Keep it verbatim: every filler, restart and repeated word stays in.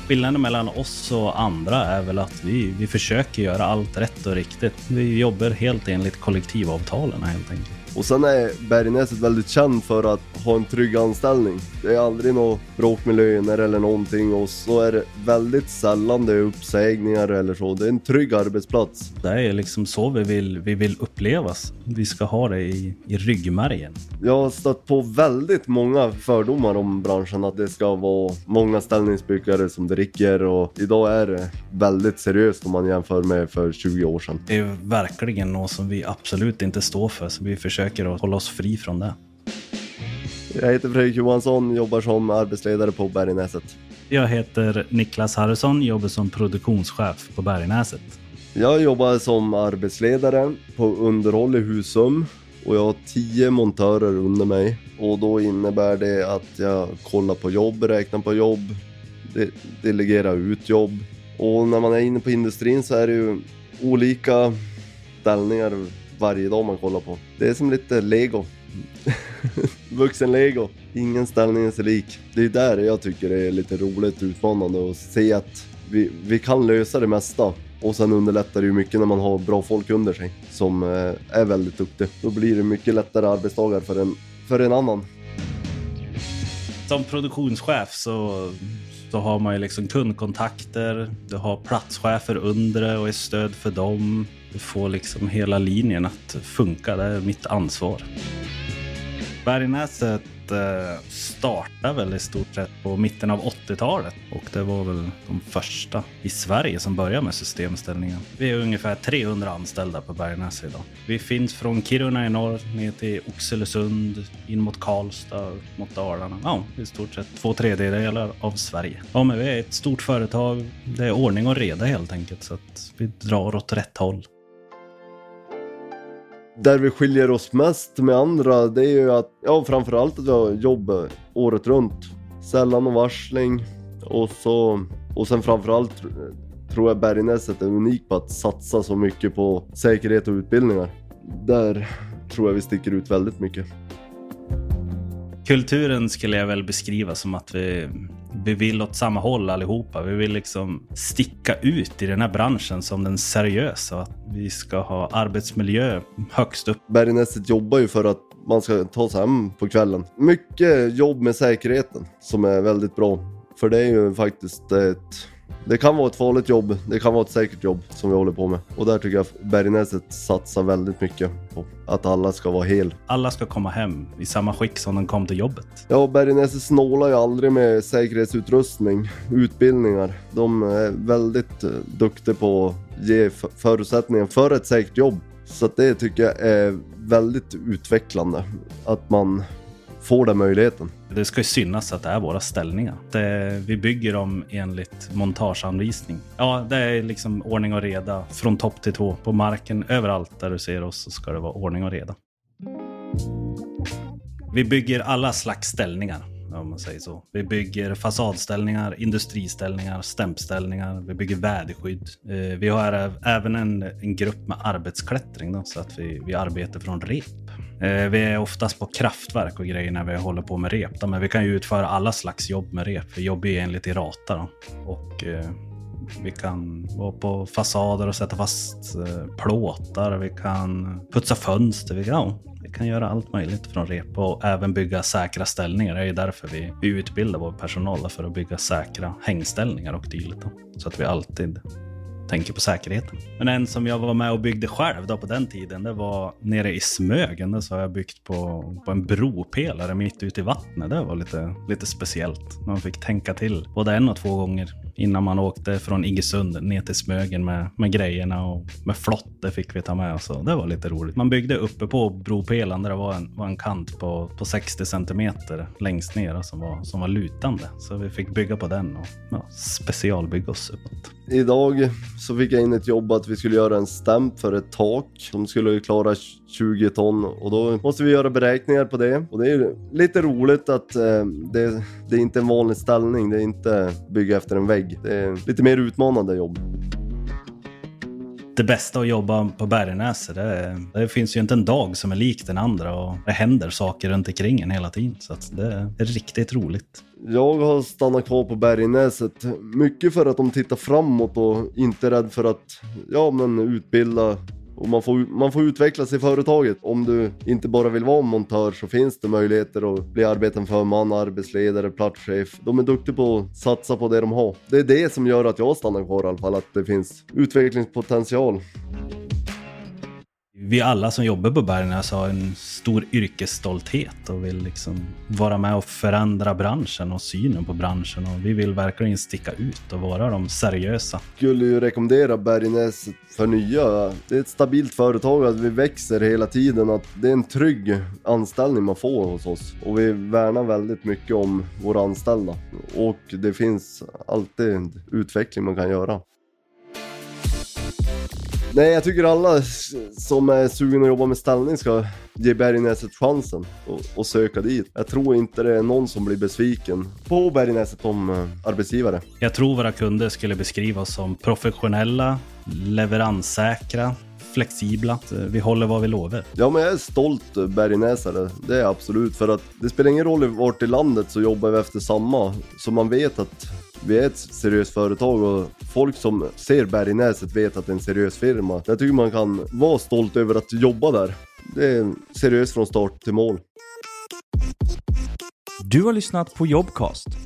Skillnaden mellan oss och andra är väl att vi, vi försöker göra allt rätt och riktigt. Vi jobbar helt enligt kollektivavtalen helt enkelt. Och sen är Bergnäset väldigt känd för att ha en trygg anställning. Det är aldrig något bråk med löner eller någonting, och så är det väldigt sällan det är uppsägningar eller så. Det är en trygg arbetsplats. Det är liksom så vi vill, vi vill upplevas. Vi ska ha det i, i ryggmärgen. Jag har stött på väldigt många fördomar om branschen, att det ska vara många ställningsbyggare som dricker, och idag är det väldigt seriöst om man jämför med för tjugo år sedan. Det är verkligen något som vi absolut inte står för, så vi försöker att hålla oss fri från det. Jag heter Fredrik Johansson, jobbar som arbetsledare på Bergnäset. Jag heter Niklas Harrison, jobbar som produktionschef på Bergnäset. Jag jobbar som arbetsledare på underhåll i Husum, och jag har tio montörer under mig. Och då innebär det att jag kollar på jobb, räknar på jobb, de- delegerar ut jobb. Och när man är inne på industrin så är det ju olika ställningar varje dag man kollar på. Det är som lite Lego. Vuxen Lego. Ingen ställning är sig lik. Det är där jag tycker det är lite roligt, utmanande att se att vi, vi kan lösa det mesta. Och sen underlättar det ju mycket när man har bra folk under sig som eh, är väldigt duktiga. Då blir det mycket lättare arbetsdagar för en, för en annan. Som produktionschef så, så har man ju liksom kundkontakter, du har platschefer under och är stöd för dem. Du får liksom hela linjen att funka, det är mitt ansvar. Bergnäset eh, startade väl i stort sett på mitten av åttiotalet, och det var väl de första i Sverige som började med systemställningen. Vi är ungefär trehundra anställda på Bergnäset idag. Vi finns från Kiruna i norr ner till Oxelösund, in mot Karlstad, mot Dalarna. Ja, i stort sett två tredjedelar av Sverige. Ja, men vi är ett stort företag, det är ordning och reda helt enkelt, så att vi drar åt rätt håll. Där vi skiljer oss mest med andra, det är ju att, ja, framförallt att vi har jobb året runt. Sällan och varsling. Och, så, och sen framförallt tror jag Bergnäset är unik på att satsa så mycket på säkerhet och utbildningar. Där tror jag vi sticker ut väldigt mycket. Kulturen skulle jag väl beskriva som att vi, vi vill åt samma håll allihopa. Vi vill liksom sticka ut i den här branschen som den seriösa. Att vi ska ha arbetsmiljö högst upp. Bergnäset jobbar ju för att man ska ta sig hem på kvällen. Mycket jobb med säkerheten som är väldigt bra. För det är ju faktiskt ett... Det kan vara ett farligt jobb, det kan vara ett säkert jobb som vi håller på med. Och där tycker jag att Bergnäset satsar väldigt mycket på att alla ska vara hel. Alla ska komma hem i samma skick som de kom till jobbet. Ja, Bergnäset snålar ju aldrig med säkerhetsutrustning, utbildningar. De är väldigt duktiga på att ge förutsättningar för ett säkert jobb. Så att det tycker jag är väldigt utvecklande, att man får den möjligheten. Det ska ju synas att det är våra ställningar. Det, vi bygger dem enligt montageanvisning. Ja, det är liksom ordning och reda från topp till tå. På marken, överallt där du ser oss så ska det vara ordning och reda. Vi bygger alla slags ställningar, om man säger så. Vi bygger fasadställningar, industriställningar, stämpställningar. Vi bygger väderskydd. Vi har även en, en grupp med arbetsklättring då, så att vi, vi arbetar från rep. Vi är oftast på kraftverk och grejer när vi håller på med rep då, men vi kan ju utföra alla slags jobb med rep. Vi jobbar ju enligt i rata då. Och eh, vi kan vara på fasader och sätta fast eh, plåtar. Vi kan putsa fönster. Vi kan, ja, vi kan göra allt möjligt från rep och även bygga säkra ställningar. Det är ju därför vi, vi utbildar vår personal då, för att bygga säkra hängställningar och dylikt då, så att vi alltid tänker på säkerheten. Men en som jag var med och byggde själv då på den tiden, det var nere i Smögen. Då så har jag byggt på, på en bropelare mitt ute i vattnet. Det var lite, lite speciellt. Man fick tänka till både en och två gånger innan man åkte från Iggesund ner till Smögen med, med grejerna, och med flotte fick vi ta med oss. Det var lite roligt. Man byggde uppe på bropelaren där det var en, var en kant på, på sextio centimeter längst ner som var, som var lutande. Så vi fick bygga på den och ja, specialbygga oss uppåt. Idag så fick jag in ett jobb att vi skulle göra en stämp för ett tak som skulle klara tjugo ton, och då måste vi göra beräkningar på det. Och det är lite roligt att eh, det, det är inte en vanlig ställning, det är inte bygga efter en vägg. Det är lite mer utmanande jobb. det bästa att jobba på Bergnäset. Det, det finns ju inte en dag som är lik den andra och det händer saker runt omkring en hela tiden. Så att det är riktigt roligt. Jag har stannat kvar på Bergnäset mycket för att de tittar framåt och inte är rädd för att ja, men utbilda. Och man får, man får utvecklas i företaget. Om du inte bara vill vara montör så finns det möjligheter att bli arbeten för man, arbetsledare, platschef. De är duktiga på att satsa på det de har. Det är det som gör att jag stannar kvar i alla fall. Att det finns utvecklingspotential. Vi alla som jobbar på Bergnäs har en stor yrkesstolthet och vill liksom vara med och förändra branschen och synen på branschen. Och vi vill verkligen sticka ut och vara de seriösa. Jag skulle ju rekommendera Bergnäs för nya. Det är ett stabilt företag, att vi växer hela tiden. Att det är en trygg anställning man får hos oss. Och vi värnar väldigt mycket om våra anställda. Och det finns alltid en utveckling man kan göra. Nej, jag tycker alla som är sugen att jobba med ställning ska ge Bergnäset chansen och, och söka dit. Jag tror inte det är någon som blir besviken på Bergnäset som uh, arbetsgivare. Jag tror våra kunder skulle beskriva oss som professionella, leveranssäkra, flexibla. Vi håller vad vi lovar. Ja, men jag är stolt bergnäsare. Det är absolut, för att det spelar ingen roll vart i landet så jobbar vi efter samma. Så man vet att vi är ett seriöst företag och folk som ser Bergnäset vet att det är en seriös firma. Jag tycker man kan vara stolt över att jobba där. Det är seriöst från start till mål. Du har lyssnat på Jobcast,